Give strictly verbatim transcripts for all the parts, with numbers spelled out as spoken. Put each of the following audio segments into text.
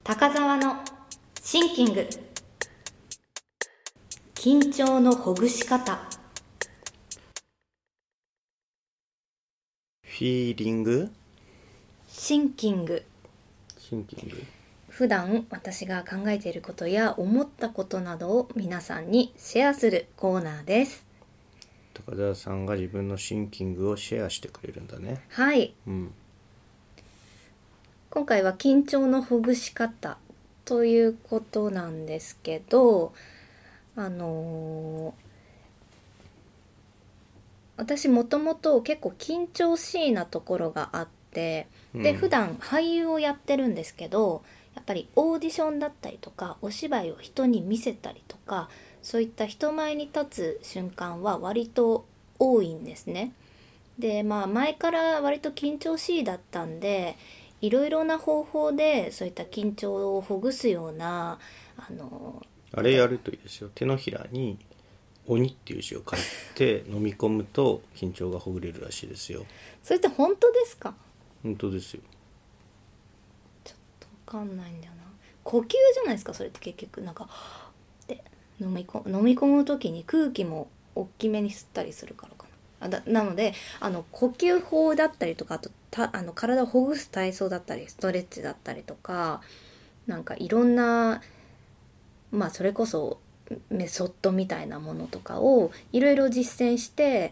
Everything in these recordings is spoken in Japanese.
高沢のシンキング、緊張のほぐし方。 フィーリングシンキング、 シンキング普段私が考えていることや思ったことなどを皆さんにシェアするコーナーです。 高田さんが自分のシンキングをシェアしてくれるんだね。 はい、 うん。 今回は緊張のほぐし方ということなんですけど、あのー私もともと結構緊張しいなところがあって、でうん普段俳優をやってるんですけど、やっぱりオーディションだったりとかお芝居を人に見せたりとか、そういった人前に立つ瞬間は割と多いんですね。でまあ前から割と緊張しいだったんで、いろいろな方法でそういった緊張をほぐすようなあのあれやるといいですよ。手のひらに鬼っていう字を書いて飲み込むと緊張がほぐれるらしいですよ。 それって本当ですか？ 本当ですよ。 ちょっとわかんないんだよな。呼吸じゃないですか、それって結局。なんかで飲みこ飲み込む時に空気も大きめに吸ったりするからかな。あだなのであの呼吸法だったりとか、あとたあの体をほぐす体操だったりストレッチだったりとか、なんかいろんな、まあそれこそメソッドみたいなものとかをいろいろ実践して、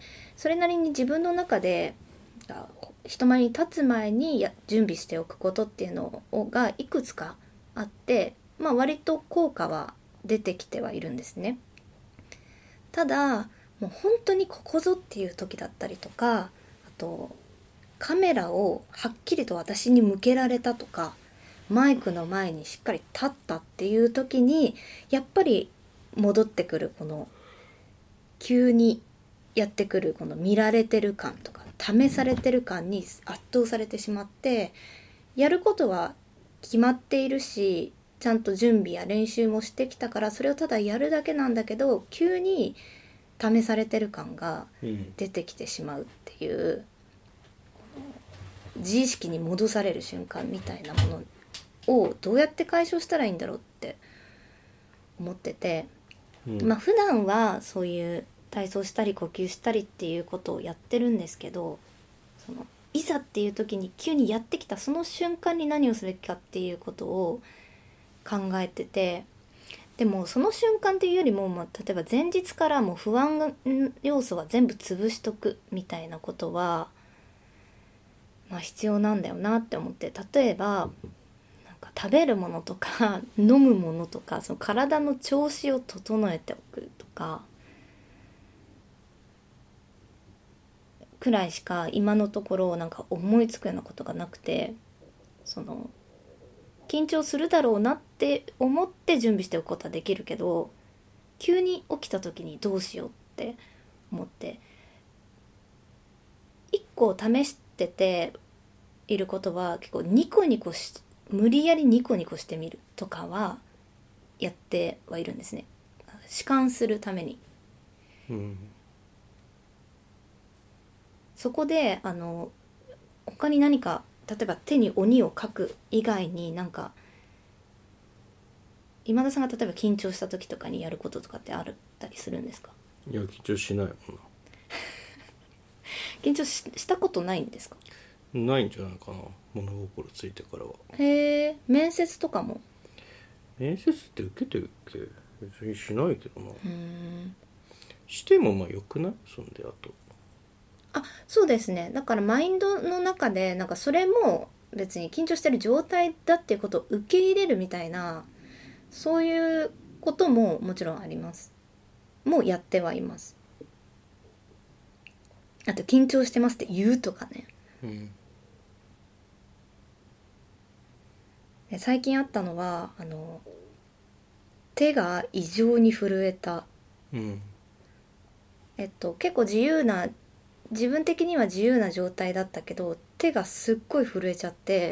それなりに自分の中であ人前に立つ前にや準備しておくことっていうのがいくつかあって、まあ割と効果は出てきてはいるんですね。ただもう本当にここぞっていう時だったりとか、あとカメラをはっきりと私に向けられたとか、マイクの前にしっかり立ったっていう時にやっぱり戻ってくるこの急にやってくるこの見られてる感とか試されてる感に圧倒されてしまって、やることは決まっているしちゃんと準備や練習もしてきたから、それをただやるだけなんだけど、急に試されてる感がうん出てきてしまうっていう、自意識に戻される瞬間みたいなものをどうやって解消したらいいんだろうって思ってて、 うんまあ普段はそういう体操したり呼吸したりっていうことをやってるんですけど、そのいざっていう時に急にやってきたその瞬間に何をすべきかっていうことを考えてて、でもその瞬間っていうよりも、まあ、例えば前日からもう不安要素は全部潰しとくみたいなことは、まあ、必要なんだよなって思って、例えばなんか食べるものとか飲むものとか、その体の調子を整えておくとかくらいしか今のところなんか思いつくようなことがなくて、その緊張するだろうなって思って準備しておくことはできるけど、急に起きた時にどうしようって思って、一個試してていることは結構ニコニコし無理やりニコニコしてみるとかはやってはいるんですね。弛緩するために。 うんそこであの他に何か、例えば手に鬼を描く以外になんか、今田さんが例えば緊張した時とかにやることとかってあったりするんですか？ いや緊張しないも緊張 し, したことないんですか？ んなないんじゃないかな。物心ついてからは。 へえ、面接とかも。 面接って受けてるっけ？別にしないけどな。 うーん、 してもまあよくない？そんであとあ、そうですね。だからマインドの中でなんかそれも別に緊張してる状態だっていうことを受け入れるみたいな、そういうことももちろんあります。もうやってはいます。あと緊張してますって言うとかね。 うんで最近あったのはあの手が異常に震えた。 うんえっと結構自由な、自分的には自由な状態だったけど手がすっごい震えちゃって、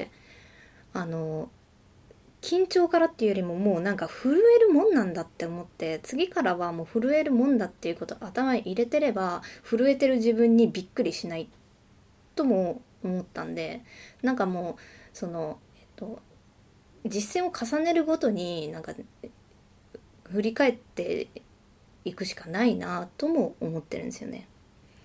あの緊張からっていうよりももうなんか震えるもんなんだって思って、次からはもう震えるもんだっていうことを頭に入れてれば震えてる自分にびっくりしないとも思ったんで、なんかもうその、えっと、 実践を重ねるごとになんか振り返っていくしかないなとも思ってるんですよね。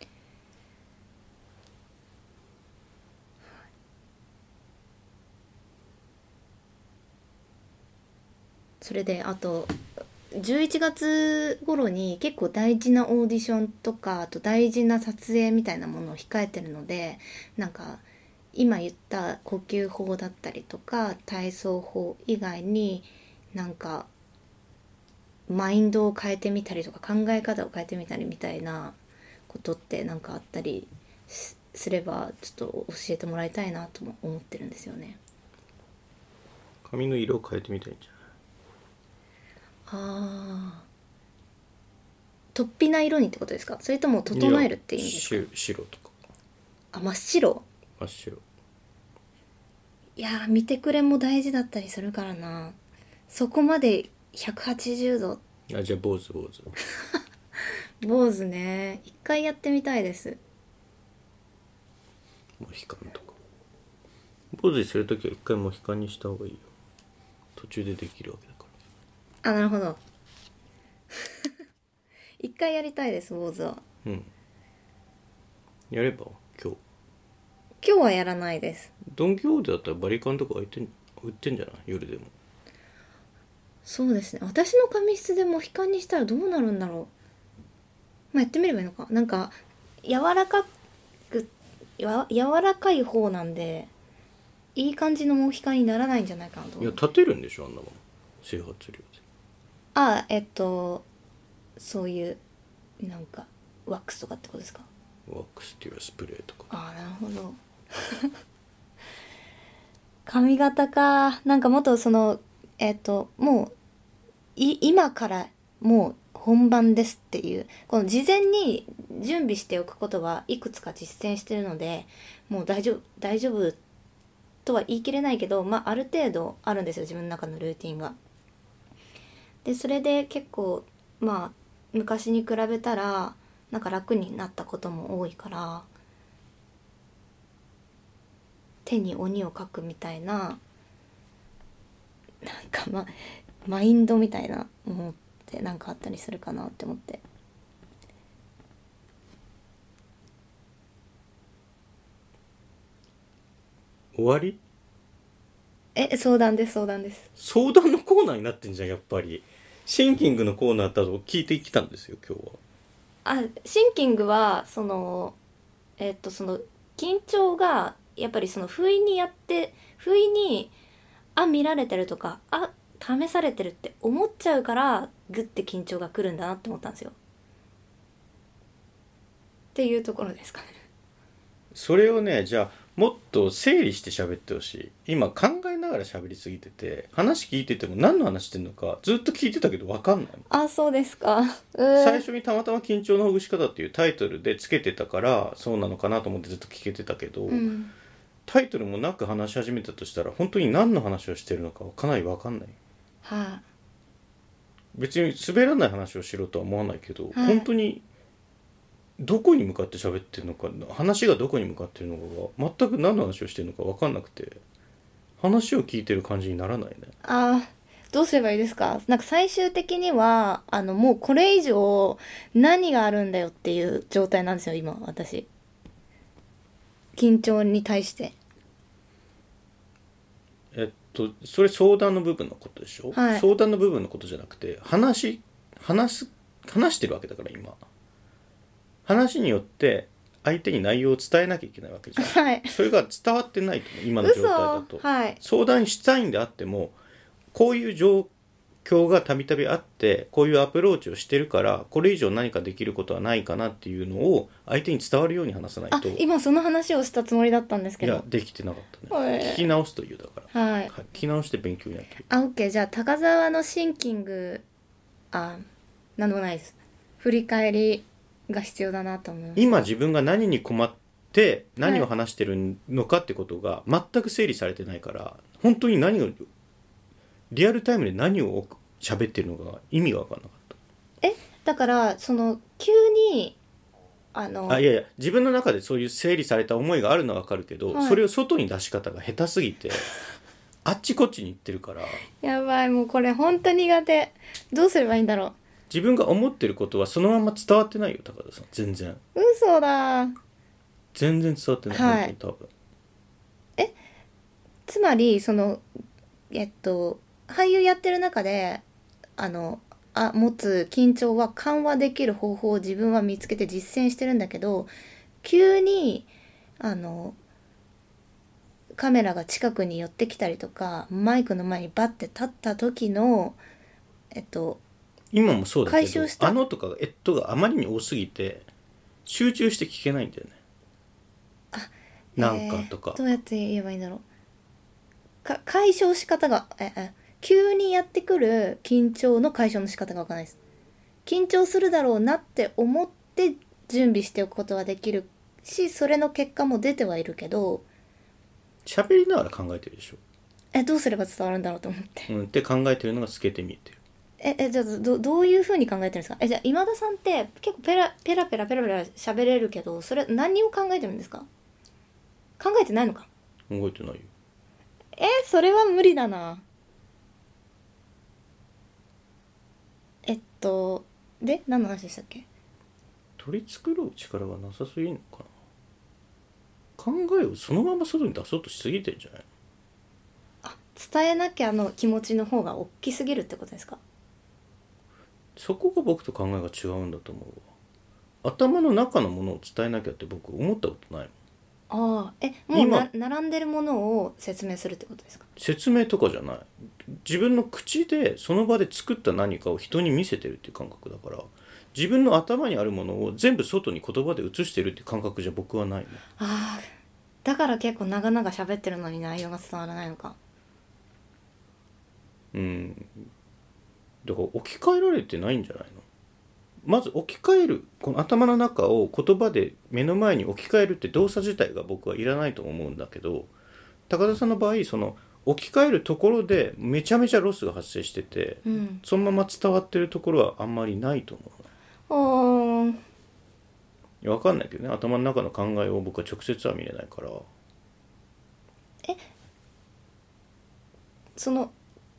それであとじゅういちがつ頃に結構大事なオーディションとかあと大事な撮影みたいなものを控えてるので、なんか今言った呼吸法だったりとか体操法以外になんかマインドを変えてみたりとか考え方を変えてみたりみたいなことってなんかあったりすればちょっと教えてもらいたいなとも思ってるんですよね。 髪の色を変えてみたいんじゃない？ ああ、突飛な色にってことですか？それとも整えるって意味ですか？ いや白とかあ、真っ白。 真っ白。 いやー、見てくれも大事だったりするからな。そこまでひゃくはちじゅうど。 あ、じゃあ坊主坊主。 坊主ね、一回やってみたいです。 モヒカンとか。坊主にするときは一回モヒカンにした方がいいよ。途中でできるわけだから。 あ、なるほど。一回やりたいです、坊主は。 うん。やれば今日。 今日はやらないです。 ドン・キホーテだったらバリカンとか売ってん売ってんじゃない？夜でも。 そうですね。私の髪質でモヒカンにしたらどうなるんだろう。まあ、やってみればいいのか。なんか柔らかくや柔らかい方なんでいい感じのモヒカンにならないんじゃないかなと思う。 いや立てるんでしょあんなもん。整髪料で。 あ、えっとそういうなんかワックスとかってことですか？ ワックスっていうかスプレーとか。 ああ、なるほど。髪型か。なんかもっとそのえっともうい今からもう本番ですっていうこの事前に準備しておくことはいくつか実践してるので、もう大丈夫大丈夫とは言い切れないけど、まあある程度あるんですよ、自分の中のルーティンが。でそれで結構まあ昔に比べたらなんか楽になったことも多いから、手に鬼を描くみたいな、なんかまマインドみたいなものってなんかあったりするかなって思って。 終わり？ え、相談です相談です。 相談のコーナーになってんじゃんやっぱり。シンキングのコーナーだと聞いてきたんですよ今日は。 あ、シンキングはそのえっとその緊張がやっぱりその不意にやって不意にあ見られてるとかあ試されてるって思っちゃうからグッて緊張が来るんだなって思ったんですよっていうところですかね。 それをねじゃあもっと整理して喋ってほしい。今考えながら喋りすぎてて話聞いてても何の話してんのかずっと聞いてたけど分かんないもん。 あ、そうですか。うー最初にたまたま緊張のほぐし方っていうタイトルでつけてたからそうなのかなと思ってずっと聞けてたけど、 うん、 タイトルもなく話し始めたとしたら本当に何の話をしてるのかかなり分かんない。 はい、あ、 別に滑らない話をしろとは思わないけど、 はい、 本当にどこに向かって喋ってるのか話がどこに向かってるのかが全く何の話をしてるのか分かんなくて話を聞いてる感じにならないね。 あ、どうすればいいですか？なんか最終的にはあのもうこれ以上何があるんだよっていう状態なんですよ今私。緊張に対して。 えっとそれ相談の部分のことでしょ、 はい、 相談の部分のことじゃなくて話話す話してるわけだから今話によって相手に内容を伝えなきゃいけないわけじゃん、 はい、 それが伝わってないと思う今の状態だと、 嘘、はい、 相談したいんであってもこういう状況がたびたびあってこういうアプローチをしてるからこれ以上何かできることはないかなっていうのを相手に伝わるように話さないあ、 と。 今その話をしたつもりだったんですけど。 いやできてなかったね、 はい聞き直すというだから、 はい、 はい、聞き直して勉強になってる。 あ、オッケー。じゃあ高沢のシンキング、あ、なんでもないです。振り返りが必要だなと思います。 今自分が何に困って何を話してるのかってことが全く整理されてないから本当に何をリアルタイムで何を喋ってるのか意味が分からなかっえ、だからその急にあのた。あいやいや自分の中でそういう整理された思いがあるのは分かるけど、 はい、 それを外に出し方が下手すぎてあっちこっちに行ってるから。 やばい、もうこれ本当苦手。どうすればいいんだろう。 自分が思ってることはそのまま伝わってないよ高田さん。全然嘘だ。 全然伝わってない、 はい、 本当に多分。 えつまりそのえっと俳優やってる中であのあ持つ緊張は緩和できる方法を自分は見つけて実践してるんだけど、急にあのカメラが近くに寄ってきたりとかマイクの前にバッて立った時のえっと今もそうだけ解消したどあのとかえっとがあまりに多すぎて集中して聞けないんだよね。なんかとか、 えーどうやって言えばいいんだろう。か解消し方がええ急にやってくる緊張の解消の仕方がわからないです。緊張するだろうなって思って準備しておくことはできるし、それの結果も出てはいるけど、 喋りながら考えてるでしょ。 えどうすれば伝わるんだろうと思って。 うんって考えてるのが透けて見えてる。 ええじゃあどどういう風に考えてるんですか。えじゃあ今田さんって結構ペラペラペラペラペラ喋れるけど、それ何を考えてるんですか。考えてないのか。 動いてないよ。 えそれは無理だな。えっとで何の話でしたっけ。 取り繕う力がなさすぎるのかな。考えをそのまま外に出そうとしすぎてんじゃないの。 あ伝えなきゃの気持ちの方が大きすぎるってことですか。 そこが僕と考えが違うんだと思うわ。頭の中のものを伝えなきゃって僕思ったことないもん。 ああえもうな並んでるものを説明するってことですか。 説明とかじゃない。自分の口でその場で作った何かを人に見せてるっていう感覚だから、自分の頭にあるものを全部外に言葉で移してるっていう感覚じゃ僕はないの。 ああだから結構長々喋ってるのに内容が伝わらないのか。 うんだから置き換えられてないんじゃないの。まず置き換える、この頭の中を言葉で目の前に置き換えるって動作自体が僕はいらないと思うんだけど、高田さんの場合その置き換えるところでめちゃめちゃロスが発生してて、 うん、 そのまま伝わってるところはあんまりないと思おーう。いや分かんないけどね、頭の中の考えを僕は直接は見れないから。 その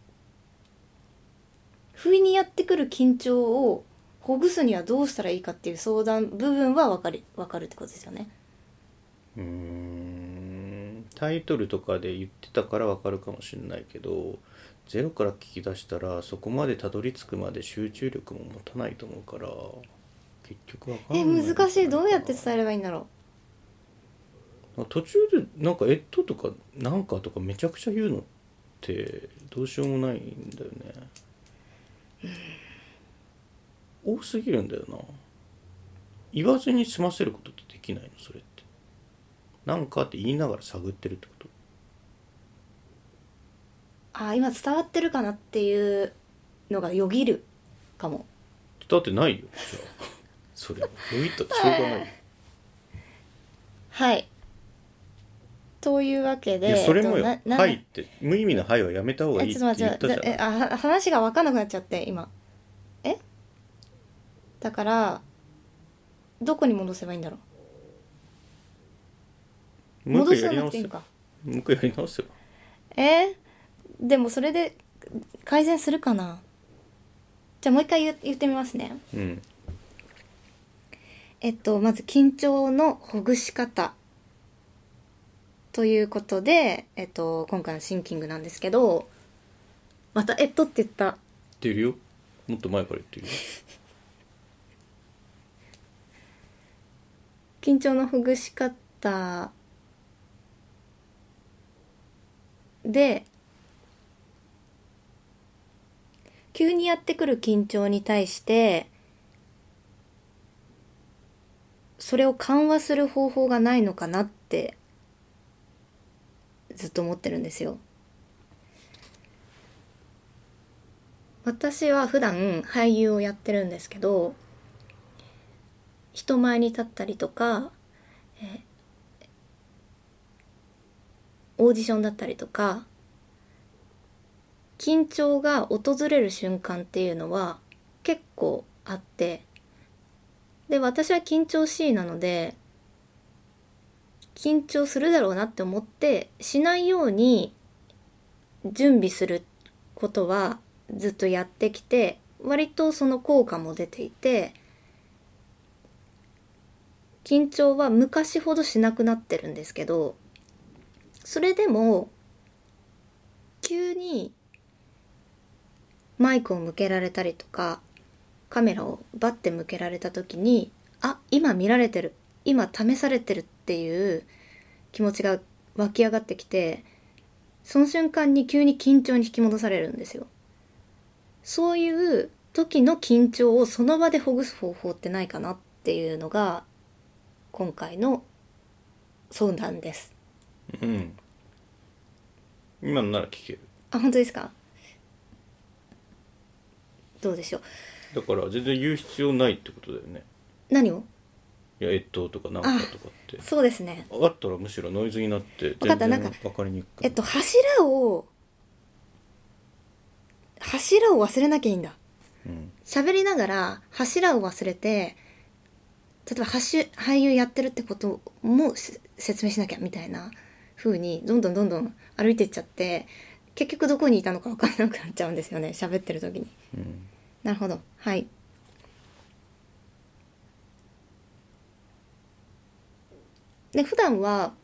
不意にやってくる緊張をほぐすにはどうしたらいいかっていう相談部分は分かる分かるってことですよね。 うーんタイトルとかで言ってたから分かるかもしれないけど、ゼロから聞き出したらそこまでたどり着くまで集中力も持たないと思うから、結局分かんえない難しい。どうやって伝えればいいんだろ途中でなんか「えっと」とか「なんか」とかめちゃくちゃ言うのってどうしようもないんだよね。多すぎるんだよな。言わずに済ませることってできないのそれって。なんかって言いながら探ってるってこと。 う。あ今伝わってるかなっていうのがよぎるかも。 伝わってないよじゃあそれはよぎったってしょうがないよ。 はいというわけでいやそれもよえっとな 「はい」って無意味な「はい」はやめた方がいいってえちょっと言ったじゃん。 待ってえあ話が分かんなくなっちゃって今。えだからどこに戻せばいいんだろう。 もう戻さ一回やり直せなくていいのか。 もう一回やり直せば。 えでもそれで改善するかな。じゃあもう一回言言ってみますね。 うんえっとまず緊張のほぐし方ということで、えっと今回のシンキングなんですけど、また「えっと」って言った。 言ってるよ。もっと前から言ってるよ。 緊張のほぐし方で急にやってくる緊張に対してそれを緩和する方法がないのかなってずっと思ってるんですよ。私は普段俳優をやってるんですけど、人前に立ったりとか、えーオーディションだったりとか緊張が訪れる瞬間っていうのは結構あって、で私は緊張しいなので緊張するだろうなって思ってしないように準備することはずっとやってきて、割とその効果も出ていて、緊張は昔ほどしなくなってるんですけど、それでも急にマイクを向けられたりとかカメラをバッて向けられた時に、あ、今見られてる、今試されてるっていう気持ちが湧き上がってきて、その瞬間に急に緊張に引き戻されるんですよ。そういう時の緊張をその場でほぐす方法ってないかなっていうのが今回の相談です。 うん。今のなら聞ける。 あ、本当ですか？どうでしょう。 だから全然言う必要ないってことだよね。 何を？ いや、えっととかなんかとかって。 そうですね。 あったらむしろノイズになって分かった。 全然なんか分かりにくく。 えっと柱を柱を忘れなきゃいいんだ。喋、うん、りながら柱を忘れて、例えば俳優やってるってことも説明しなきゃみたいな風にどんどんどんどん歩いていっちゃって、結局どこにいたのか分からなくなっちゃうんですよね、喋ってる時に、うん、なるほど。はい。で、普段は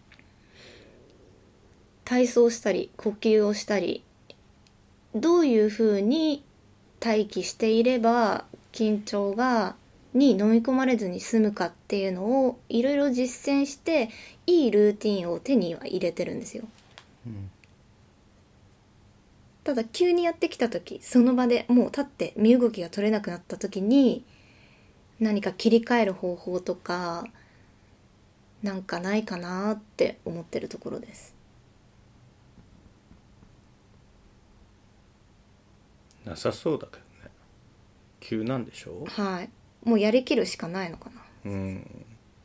体操したり呼吸をしたり、どういう風に待機していれば緊張がに飲み込まれずに済むかっていうのをいろいろ実践して、いいルーティンを手には入れてるんですよ、うん、ただ急にやってきた時、その場でもう立って身動きが取れなくなった時に何か切り替える方法とかなんかないかなって思ってるところです。 なさそうだけどね。急なんでしょ？ はい。もうやりきるしかないのかな。 うん。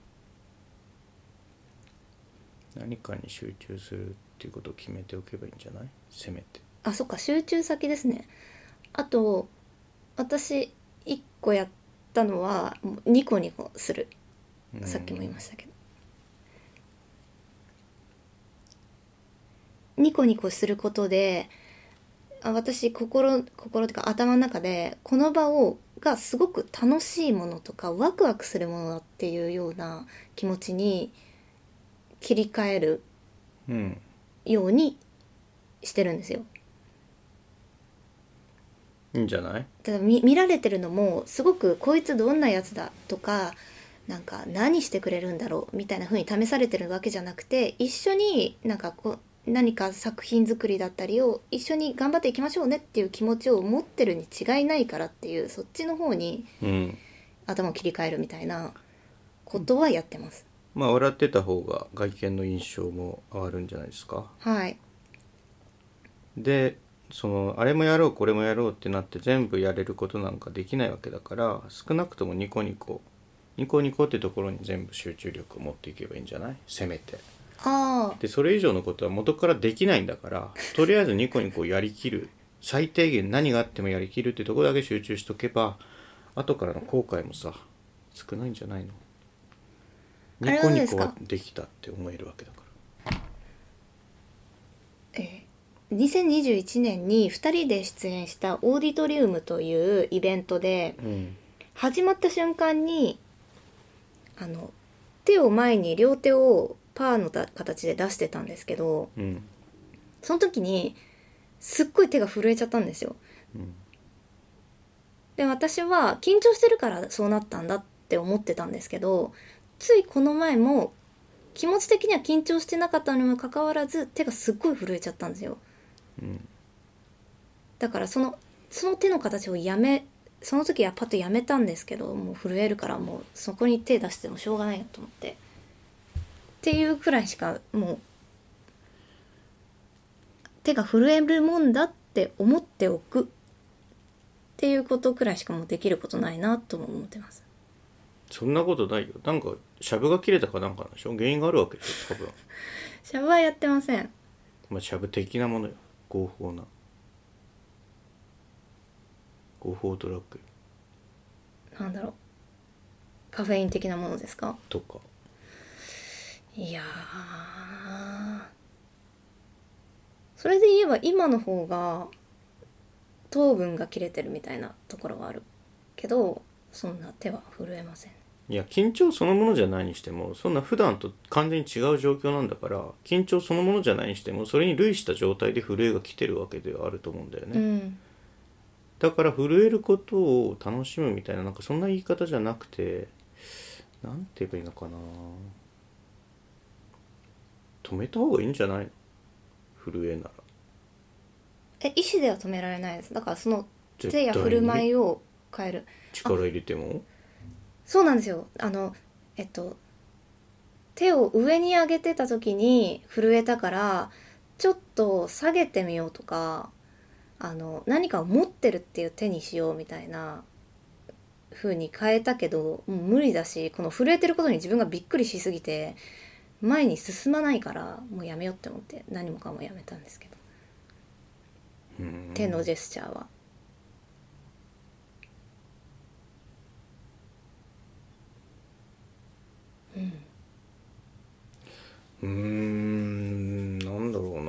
何かに集中するっていうことを決めておけばいいんじゃない？せめて。 あ、そっか、集中先ですね。あと私いっこやったのはニコニコする。さっきも言いましたけど、ニコニコすることで、あ、私心心というか頭の中でこの場をがすごく楽しいものとかワクワクするものだっていうような気持ちに切り替えるようにしてるんですよ。 いいんじゃない？ ただ 見, 見られてるのもすごくこいつどんなやつだとか、なんか何してくれるんだろうみたいな風に試されてるわけじゃなくて、一緒になんかこう何か作品作りだったりを一緒に頑張っていきましょうねっていう気持ちを持ってるに違いないからっていう、そっちの方に頭を切り替えるみたいなことはやってます、 うん、まあ笑ってた方が外見の印象も上がるんじゃないですか。 はい。 でそのあれもやろうこれもやろうってなって全部やれることなんかできないわけだから、少なくともニコニコニコニコってところに全部集中力を持っていけばいいんじゃない？せめて。 あでそれ以上のことは元からできないんだから、とりあえずニコニコやりきる、最低限何があってもやりきるってところだけ集中しとけば、後からの後悔もさ少ないんじゃないの？ニコニコはできたって思えるわけだから。 えー、にせんにじゅういちねんにふたりで出演したオーディトリウムというイベントで、うん、始まった瞬間にあの手を前に両手をパーの形で出してたんですけど、うん、その時にすっごい手が震えちゃったんですよ、うん、で私は緊張してるからそうなったんだって思ってたんですけど、ついこの前も気持ち的には緊張してなかったのにもかかわらず手がすっごい震えちゃったんですよ、うん、だからそのその手の形をやめその時はパッとやめたんですけど、もう震えるからもうそこに手出してもしょうがないなと思ってっていうくらいしか、もう手が震えるもんだって思っておくっていうことくらいしかもうできることないなとも思ってます。 そんなことないよ。なんかシャブが切れたかなんかでしょ。原因があるわけでしょ多分。 シャブはやってません。 まあシャブ的なものよ。合法な合法ドラッグ。 なんだろう、カフェイン的なものですか？ とか。いやーそれで言えば今の方が糖分が切れてるみたいなところはあるけど、そんな手は震えません。 いや緊張そのものじゃないにしてもそんな普段と完全に違う状況なんだから、緊張そのものじゃないにしてもそれに類した状態で震えが来てるわけではあると思うんだよね、 うん、 だから震えることを楽しむみたいな、なんかそんな言い方じゃなくて、なんて言えばいいのかな、止めた方がいいんじゃないの、震えなら。 え意思では止められないです。だからその絶対に手や振る舞いを変える。 力入れてもそうなんですよ。あのえっと手を上に上げてた時に震えたからちょっと下げてみようとか、あの何かを持ってるっていう手にしようみたいな風に変えたけど、もう無理だし、この震えてることに自分がびっくりしすぎて前に進まないからもうやめようって思って何もかもやめたんですけど、 うん手のジェスチャーは。うんうーんなんだろう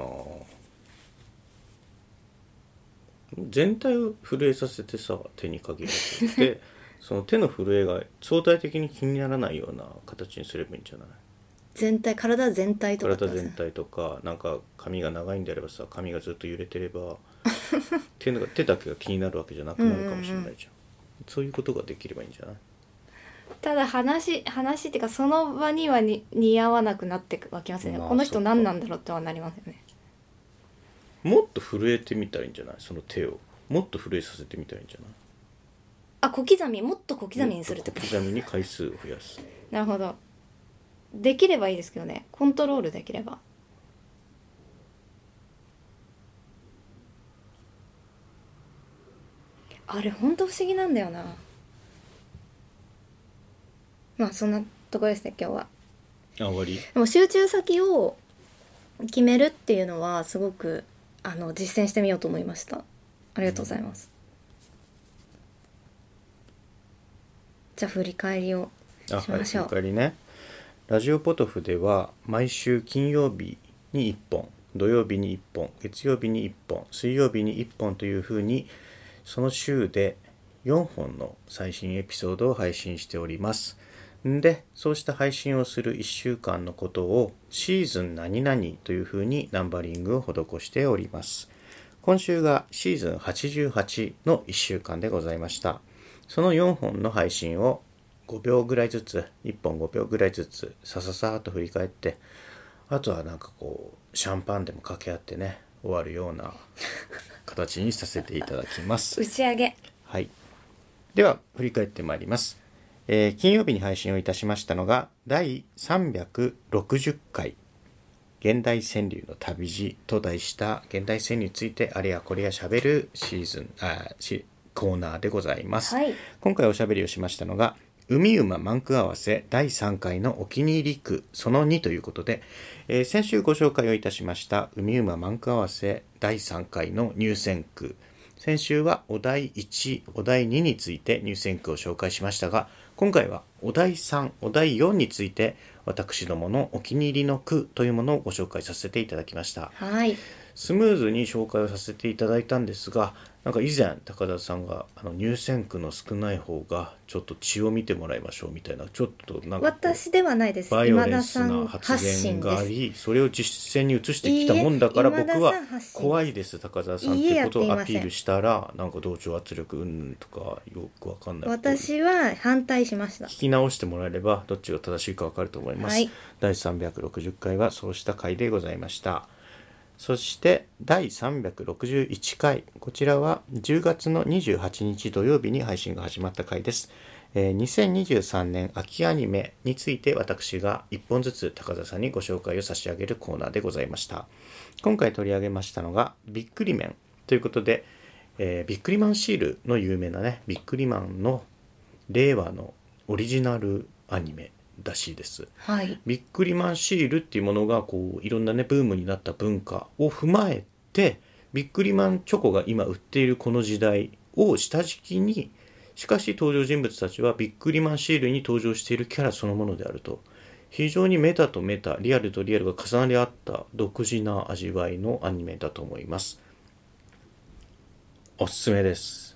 な、全体を震えさせてさ、手に限らずでその手の震えが相対的に気にならないような形にすればいいんじゃない。 全体、体全体とかって体ことですね。 全体とか、なんか髪が長いんであればさ、髪がずっと揺れてれば手の手だけが気になるわけじゃなくなるかもしれないじゃん、 うんうんうん、 そういうことができればいいんじゃない。 ただ話話っていうかその場にはに似合わなくなってはきますね、 まあこの人何なんだろうとはなりますよね。 もっと震えてみたらいいんじゃない、その手をもっと震えさせてみたらいいんじゃない。 あ、小刻み、もっと小刻みにするってこと。 小刻みに回数を増やす。 なるほど。できればいいですけどね、コントロールできれば。あれほんと不思議なんだよな。まあそんなところですね今日は。 あ、終わり。 でも集中先を決めるっていうのはすごくあの実践してみようと思いました。ありがとうございます、うん、じゃあ振り返りをしましょう。 あ、はい、振り返りね。ラジオポトフでは毎週金曜日にいっぽん、土曜日にいっぽん、月曜日にいっぽん、水曜日にいっぽんというふうにその週でよんほんの最新エピソードを配信しております。で、そうした配信をするいっしゅうかんのことをシーズン何々というふうにナンバリングを施しております。今週がシーズンはちじゅうはちのいっしゅうかんでございました。そのよんほんの配信をごびょうぐらいずつ、いっぽんごびょうぐらいずつさささーっと振り返って、あとはなんかこうシャンパンでも掛け合ってね終わるような形にさせていただきます。 打ち上げ。 はい。では振り返ってまいります。えー、金曜日に配信をいたしましたのがだいさんびゃくろくじゅっかい、現代川柳の旅路と題した現代川柳についてあれやこれやしゃべるシーズンあしコーナーでございます、 はい、 今回おしゃべりをしましたのが海馬マンク合わせだいさんかいのお気に入り句そのにということで、えー、先週ご紹介をいたしました海馬マンク合わせだいさんかいの入選句、先週はおだいいち、おだいにについて入選句を紹介しましたが、今回はおだいさん、おだいよんについて私どものお気に入りの句というものをご紹介させていただきました。 はい、 スムーズに紹介をさせていただいたんですが、なんか以前高田さんがあの入選句の少ない方がちょっと血を見てもらいましょうみたいな、ちょっとなんか私ではないです。 バイオレンスな発言があり、それを実践に移してきたもんだから僕は怖いです高田さんってことをアピールしたら、なんか同調圧力うんぬんとかよくわかんない。 私は反対しました。 聞き直してもらえればどっちが正しいかわかると思います、 はい、 だいさんびゃくろくじゅっかいはそうした回でございました。そしてだいさんびゃくろくじゅういちかい、こちらはじゅうがつのにじゅうはちにち土曜日に配信が始まった回です。えー、にせんにじゅうさんねん秋アニメについて私がいっぽんずつ高田さんにご紹介を差し上げるコーナーでございました。今回取り上げましたのがびっくりメンということで、えー、ビックリマンシールの有名なねビックリマンの令和のオリジナルアニメらしいです、 はい、 ビックリマンシールっていうものがこういろんなねブームになった文化を踏まえて、ビックリマンチョコが今売っているこの時代を下敷きに、しかし登場人物たちはビックリマンシールに登場しているキャラそのものであると非常にメタとメタ、リアルとリアルが重なり合った独自な味わいのアニメだと思います。おすすめです。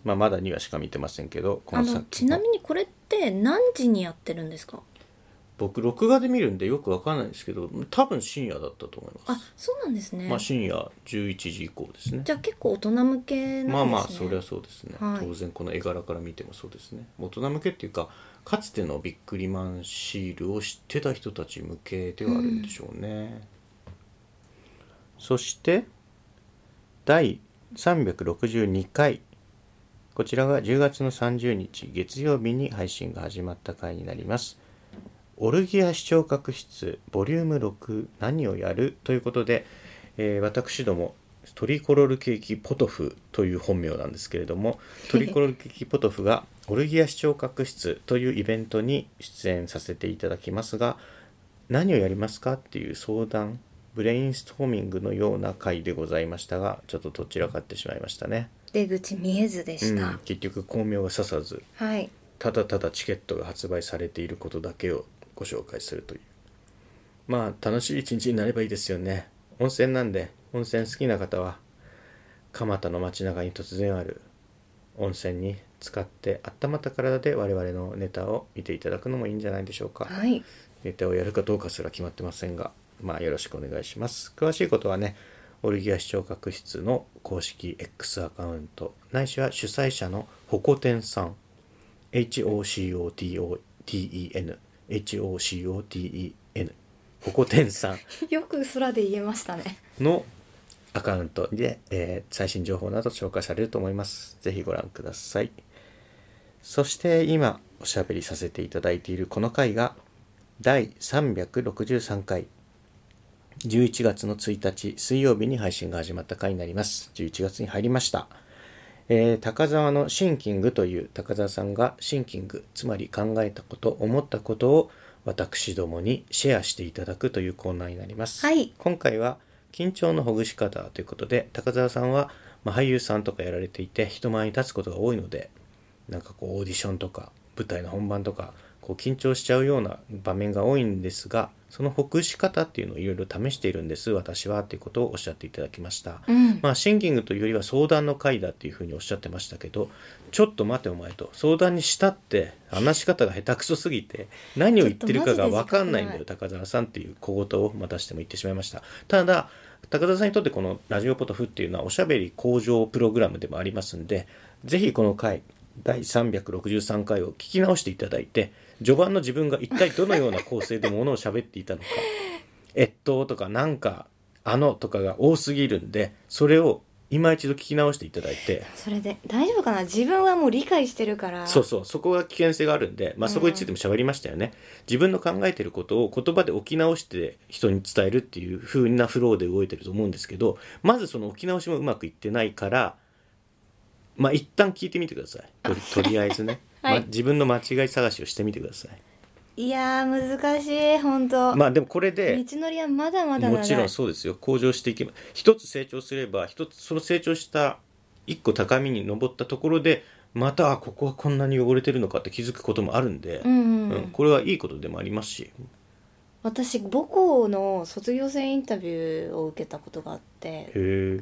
まあ、まだにわしか見てませんけど、こあのの作ちなみにこれって何時にやってるんですか？ 僕録画で見るんでよくわかんないんですけど、多分深夜だったと思いまあ、 す。 そうなんですね。 まあ深夜じゅういちじ以降ですね。 じゃあ結構大人向けなんですね。 まあまあそりゃそうですね、 はい当然この絵柄から見てもそうですね。大人向けっていうか、かつてのビックリマンシールを知ってた人たち向けではあるんでしょうね、うん、そしてだいさんびゃくろくじゅうにかい、こちらがじゅうがつのさんじゅうにち月曜日に配信が始まった回になります。オルギア視聴覚室ボリュームろく、何をやるということで、えー、私どもトリコロールケーキポトフという本名なんですけれども、トリコロールケーキポトフがオルギア視聴覚室というイベントに出演させていただきますが、何をやりますかっていう相談、ブレインストーミングのような回でございましたが、ちょっとどちらかってしまいましたね。 出口見えずでした、 うん、結局巧妙が刺さず、 はい。 ただただチケットが発売されていることだけをご紹介するという、まあ楽しい一日になればいいですよね。温泉なんで、温泉好きな方は蒲田の街中に突然ある温泉に浸かって温まった体で我々のネタを見ていただくのもいいんじゃないでしょうか。 はい。 ネタをやるかどうかすら決まってませんが、まあよろしくお願いします。詳しいことはね、オルギア視聴覚室の公式 X アカウントないしは主催者のホコテンさん、 エイチオーシーオーティーオーティーイーエヌ エイチオーシーオーティーイーエヌ ホコテンさんよく空で言えましたね。 のアカウントで、えー、最新情報など紹介されると思います。ぜひご覧ください。そして今おしゃべりさせていただいているこの回がだいさんびゃくろくじゅうさんかい、じゅういちがつのついたち水曜日に配信が始まった回になります。じゅういちがつに入りました。えー、高沢のシンキングという高沢さんがシンキング、つまり考えたこと、思ったことを私どもにシェアしていただくというコーナーになります。 はい。 今回は緊張のほぐし方ということで、高沢さんは、まあ、俳優さんとかやられていて人前に立つことが多いので、なんかこうオーディションとか舞台の本番とかこう緊張しちゃうような場面が多いんですが、そのほぐし方っていうのをいろいろ試しているんです私はということをおっしゃっていただきました、 うん、 まあシンキングというよりは相談の回だっていうふうにおっしゃってましたけど、ちょっと待てお前と、相談にしたって話し方が下手くそすぎて何を言ってるかが分かんないんだよ高澤さんっていう小言をまたしても言ってしまいました。ただ高澤さんにとってこのラジオポトフっていうのはおしゃべり向上プログラムでもありますんで、ぜひこの回だいさんびゃくろくじゅうさんかいを聞き直していただいて、序盤の自分が一体どのような構成でものを喋っていたのかえっととかなんかあのとかが多すぎるんで、それを今一度聞き直していただいて、 それで大丈夫かな、自分はもう理解してるから。 そうそう、そこが危険性があるんで、まあ、そこについても喋りましたよね、うん、自分の考えてることを言葉で置き直して人に伝えるっていう風なフローで動いてると思うんですけど、まずその置き直しもうまくいってないから、まあ一旦聞いてみてください。と り, とりあえずね、はい、ま、自分の間違い探しをしてみてください。 いやー難しい本当。 まあでもこれで道のりはまだまだ長い。 もちろんそうですよ。向上していけば、一つ成長すれば一つその成長した一個高みに登ったところでまたここはこんなに汚れてるのかって気づくこともあるんで、 うんうんうん、これはいいことでもありますし。 私母校の卒業生インタビューを受けたことがあって、 へえ。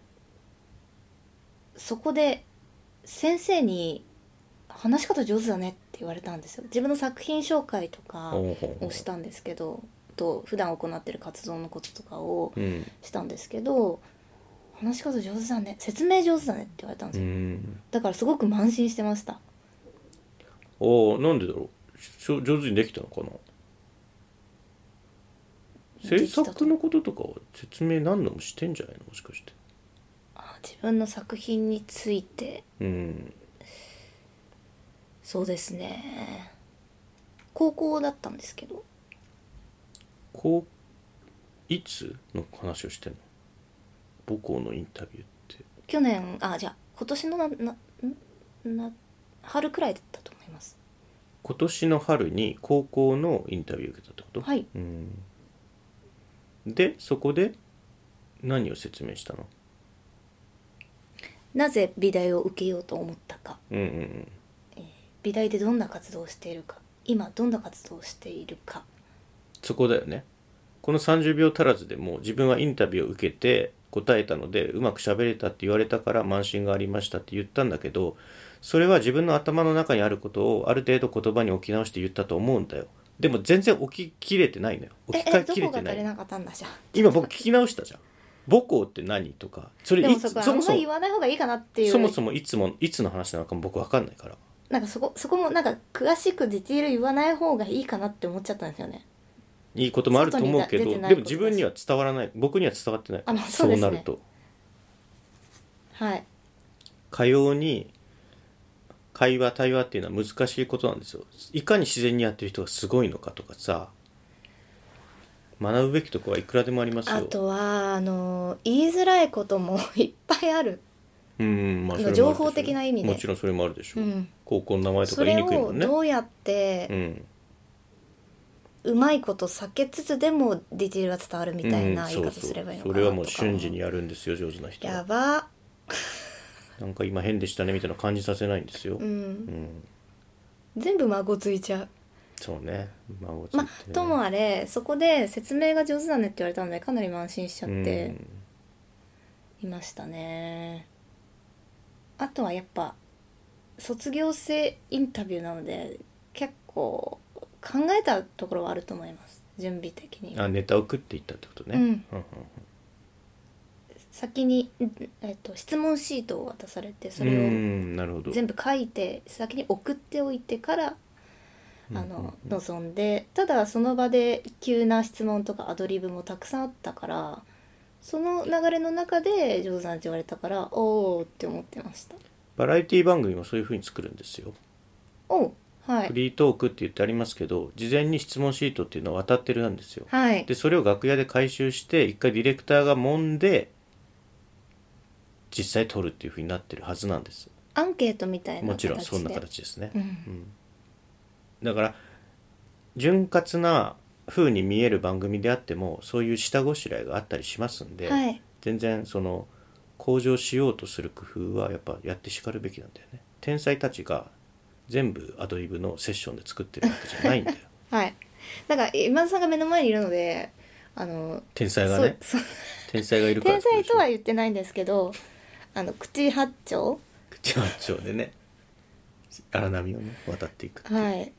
そこで先生に話し方上手だねって言われたんですよ。自分の作品紹介とかをしたんですけど、と普段行ってる活動のこととかをしたんですけど、うん、話し方上手だね、説明上手だねって言われたんですよ、うん、だからすごく慢心してました。 ああ、なんでだろう、上手にできたのかな。制作のこととかは説明何度もしてんじゃないの、もしかして。 あ、自分の作品について、 うん、 そうですね、高校だったんですけど。 こういつの話をしてんの、母校のインタビューって。 去年、あ、じゃあ今年のななな春くらいだったと思います。 今年の春に高校のインタビュー受けたってこと。 はい。 うん、でそこで何を説明したの。 なぜ美大を受けようと思ったか、 うんうんうん、 えー、美大でどんな活動をしているか、今どんな活動をしているか、 そこだよね。このさんじゅうびょう足らずでも自分はインタビューを受けて答えたのでうまく喋れたって言われたから慢心がありましたって言ったんだけど、それは自分の頭の中にあることをある程度言葉に置き直して言ったと思うんだよ。でも全然置ききれてないのよ。置き換えきれてない。 ええどこが足りなかったんだじゃん。 今僕聞き直したじゃん。母校って何とか、それでいつもそこはあんまそもそも言わない方がいいかなっていう。 そもそもいつもいつの話なのかも僕分かんないから。 なんかそこそこもなんか詳しくディティール言わない方がいいかなって思っちゃったんですよね。 いいこともあると思うけど、 外に出てないでも自分には伝わらない。僕には伝わってない。 あまあそうですねそうなるとはいかように会話対話っていうのは難しいことなんですよ。いかに自然にやってる人がすごいのかとかさ、学ぶべきところはいくらでもありますよ。 あとはあの言いづらいこともいっぱいある。 うんまあそれもあるでしょう。 情報的な意味でもちろんそれもあるでしょう、 うん高校の名前とそか言いれをにくいもんね。 どうやっうてんうまいこと避けつつでもディティールが伝わるみたいなうん言い方すればいいのかなとか。 そうそうそれはもう瞬時にやるんですよ、上手な人は。 やば。 なんか今変でしたねみたいな感じさせないんですよ。 ううんん、 全部孫ついちゃう。 そうね。孫ついてまねあともあれそこで説明が上手だねって言われたのでかなり慢心しちゃっていましたね。あとはやっぱ卒業生インタビューなので結構考えたところはあると思います。準備的にうん、あネタを食っていったってことね。 うんうんうん先に、えっと、質問シートを渡されてそれうをんなるほど。 全部書いて先に送っておいてからあの臨んで、ただその場で急な質問とかアドリブもたくさんあったからその流れの中で上手なんて言われたからおーって思ってました。 バラエティ番組もそういう風に作るんですよ。 おはいフリートークって言ってありますけど、事前に質問シートっていうのは渡ってるんですよ。 はいでそれを楽屋で回収して一回ディレクターが揉んで実際取るっていう風になってるはずなんです。 アンケートみたいな形でもちろんそんな形ですね、 うんうんだから潤滑な風に見える番組であってもそういう下ごしらえがあったりしますんで、 はい全然その向上しようとする工夫はやっぱやってしかるべきなんだよね。天才たちが全部アドリブのセッションで作ってるわけじゃないんだよはいだから今田さんが目の前にいるのであの天才がねそうそう天才がいるから天才とは言ってないんですけどあの口八丁口八丁でね荒波をね渡っていくっていう、 はい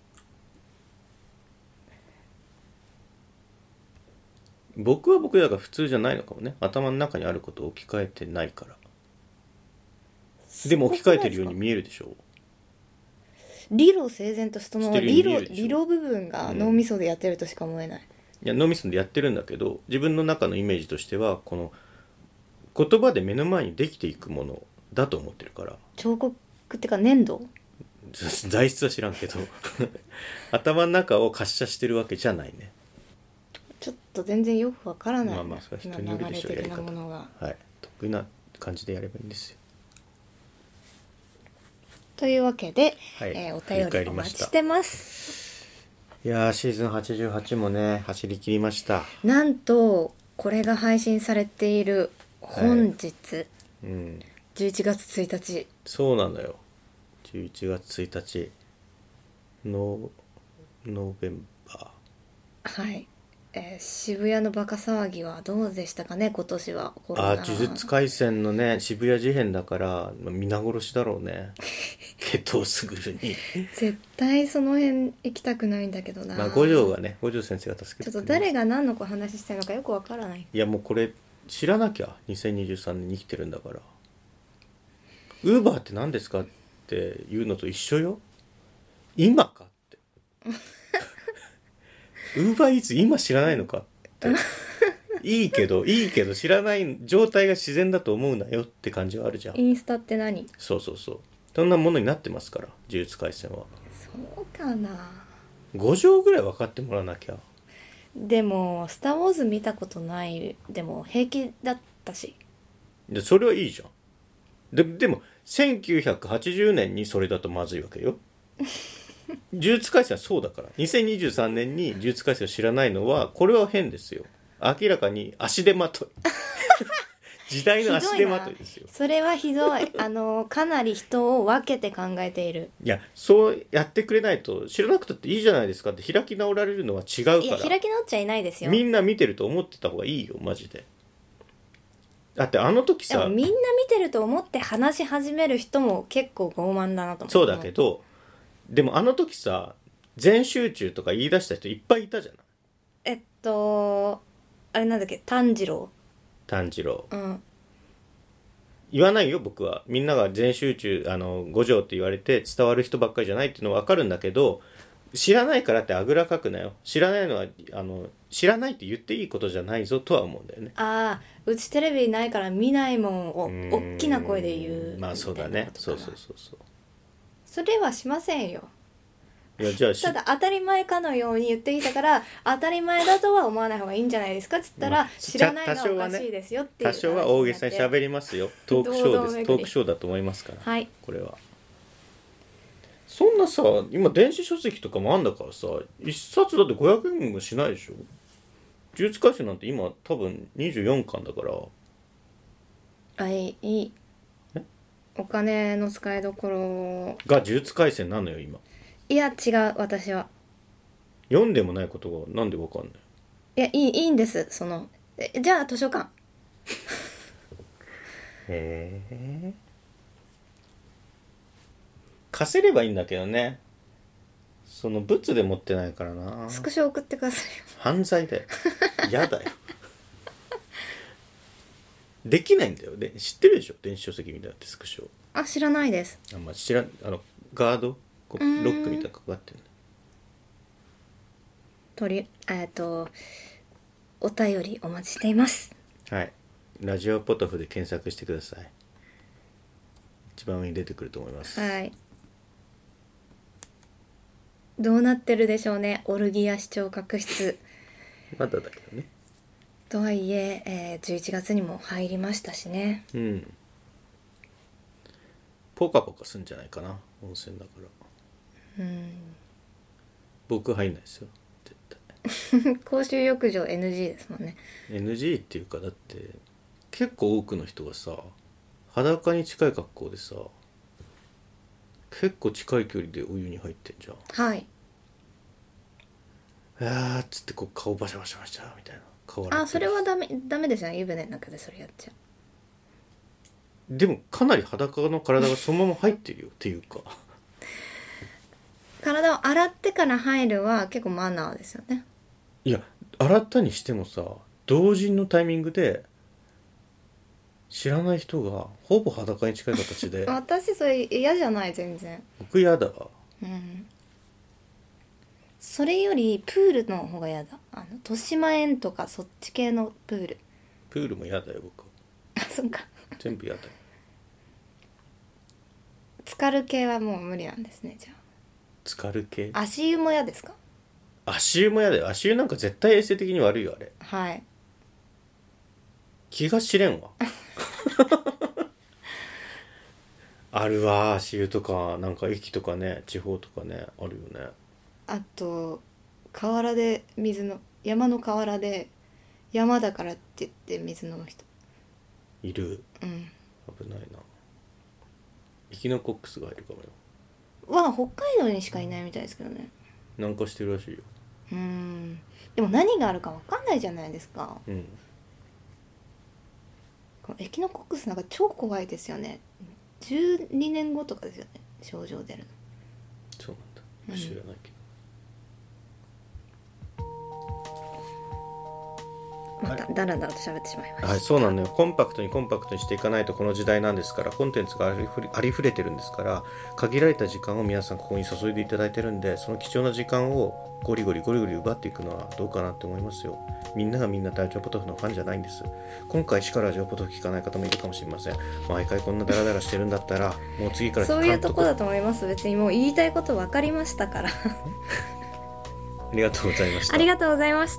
僕は僕だから普通じゃないのかもね。頭の中にあることを置き換えてないから。でも置き換えてるように見えるでしょ。 理路整然とそのしてる理路ように見えるでしょ理路部分が脳みそでやってるとしか思えない、 いや脳みそでやってるんだけど自分の中のイメージとしてはこの言葉で目の前にできていくものだと思ってるから。 彫刻ってか粘土材質は知らんけど頭の中を滑車してるわけじゃないね。 ちょっと全然よくわからない、 まあまあそれは人によるでしょう流れ的なやり方ものが。 はい得意な感じでやればいいんですよ。 というわけで、 はいえーお振り便りお返りました待ちしてます。 いやーシーズンはちじゅうはちもね走り切りました。 なんとこれが配信されている本日、 うんじゅういちがつついたちそうなのよ。じゅういちがつついたちノーノーベンバはい、えー渋谷のバカ騒ぎはどうでしたかね今年は。コロナーあー呪術廻戦のね渋谷事変だからまあ皆殺しだろうねケトウスグルに絶対その辺行きたくないんだけどな。 まあ五条がね五条先生が助けてくれます。 ちょっと誰が何の子話してるのかよくわからない。 いやもうこれ知らなきゃにせんにじゅうさんねんに生きてるんだから。ウーバーって何ですかっていうのと一緒よ。今かってウーバーイーツ今知らないのかっていいけどいいけど知らない状態が自然だと思うなよって感じはあるじゃん。 インスタって何？ そうそうそうそんなものになってますから呪術廻戦は。 そうかな。 ご条ぐらい分かってもらわなきゃ。 でも「スター・ウォーズ」見たことないでも平気だったし。 でそれはいいじゃん。ででもせんきゅうひゃくはちじゅうねんにそれだとまずいわけよ呪術廻戦はそうだから。にせんにじゅうさんねんに呪術廻戦を知らないのはこれは変ですよ。明らかに足手まとい呪時代の足手まといですよ。 それはひどい。あのかなり人を分けて考えている。 いやそうやってくれないと知らなくたっていいじゃないですかって開き直られるのは違うから。 いや開き直っちゃいないですよ。 みんな見てると思ってた方がいいよマジで。だってあの時さ、 でもみんな見てると思って話し始める人も結構傲慢だなと思って。 そうだけどでもあの時さ全集中とか言い出した人いっぱいいたじゃない。 えっとあれなんだっけ、炭治郎。 炭治郎うん言わないよ僕は。みんなが全集中あの五条って言われて伝わる人ばっかりじゃないっていうのは分かるんだけど、知らないからってあぐらかくなよ。知らないのはあの知らないって言っていいことじゃないぞとは思うんだよね。 ああ、うちテレビないから見ないもんをうーん大きな声で言う。 まあそうだね。そうそうそうそう。 それはしませんよ。 いやじゃあしただ当たり前かのように言ってきたから当たり前だとは思わない方がいいんじゃないですかっつったら、 まあ知らないのはおか多少はねしいですよっていう多少は大げさに喋りりますよ。トークショーです。 堂々巡りトークショーだと思いますから、 はいこれは。そんなさ今電子書籍とかもあんだからさ、一冊だってごひゃくえんもしないでしょ。呪術廻戦なんて今多分にじゅうよんかんだから。 あいいいえお金の使いどころ。 が呪術廻戦なのよ今。 いや違う、私は読んでもないことがなんでわかんない。 いやいいいいんです。そのえじゃあ図書館。 へえ。貸せればいいんだけどね。その物で持ってないからな。 スクショ送ってくださいよ。 犯罪だよ。嫌だよ。できないんだよね。知ってるでしょ電子書籍みたいなディスクショー。 あ、知らないです。 あんま知らん。あのガードこううーんロックみたいなのかかってる。 とりえっとお便りお待ちしています。 はい。ラジオポトフで検索してください。一番上に出てくると思います。 はい。どうなってるでしょうね、オルギア視聴覚室。 まだだけどね。 とはいええー、じゅういちがつにも入りましたしね。 うん。ポカポカすんじゃないかな温泉だから。 うん僕入んないですよ絶対。 公衆浴場 エヌジー ですもんね。 エヌジー っていうかだって結構多くの人がさ裸に近い格好でさ結構近い距離でお湯に入ってんじゃん。 はい。 あーっつってこう顔バシャバシャバシャみたいな顔洗ってる。 あ、それはダメダメですよね、湯船の中でそれやっちゃでもかなり裸の体がそのまま入ってるよっていうか体を洗ってから入るは結構マナーですよね。 いや洗ったにしてもさ同時のタイミングで知らない人がほぼ裸に近い形で私それ嫌じゃない、全然。 僕嫌だわ。 うんそれよりプールの方が嫌だ。あの豊島園とかそっち系のプール。 プールも嫌だよ僕。 あ、そっか。 全部嫌だよ。 浸かる系はもう無理なんですね。じゃ浸かる系。 あ足湯も嫌ですか？ 足湯も嫌だよ。足湯なんか絶対衛生的に悪いよあれ。 はい。 気が知れんわあるわ足湯とかなんか駅とかね地方とかねあるよね。 あと河原で水の山の河原で山だからって言って水飲む人。 いる。 うん危ないな。エキノコックスが入るかもよ。 は北海道にしかいないみたいですけどね。 なんかしてるらしいよ。 うーんでも何があるか分かんないじゃないですか。 うん。 このエキノコックスなんか超怖いですよね。じゅうにねんごとかですよね、症状出るの。 そうなんだ。 うん知らないけど。 またダラダラと喋ってしまいました。 はい、そうなのよ。コンパクトにコンパクトにしていかないとこの時代なんですから、コンテンツがありふれありふれてるんですから、限られた時間を皆さんここに注いでいただいてるんで、その貴重な時間をゴリゴリゴリゴリ奪っていくのはどうかなって思いますよ。みんながみんなラジオポトフのファンじゃないんです。今回しかラジオポトフ聞かない方もいるかもしれません。毎回こんなダラダラしてるんだったら、もう次から聞かんそういうとこだと思います。別にもう言いたいこと分かりましたからありがとうございました。 ありがとうございました。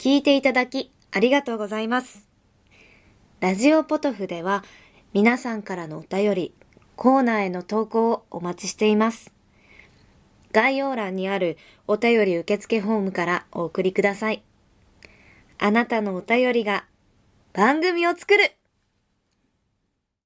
聞いていただきありがとうございます。ラジオポトフでは皆さんからのお便り、コーナーへの投稿をお待ちしています。概要欄にあるお便り受付フォームからお送りください。あなたのお便りが番組を作る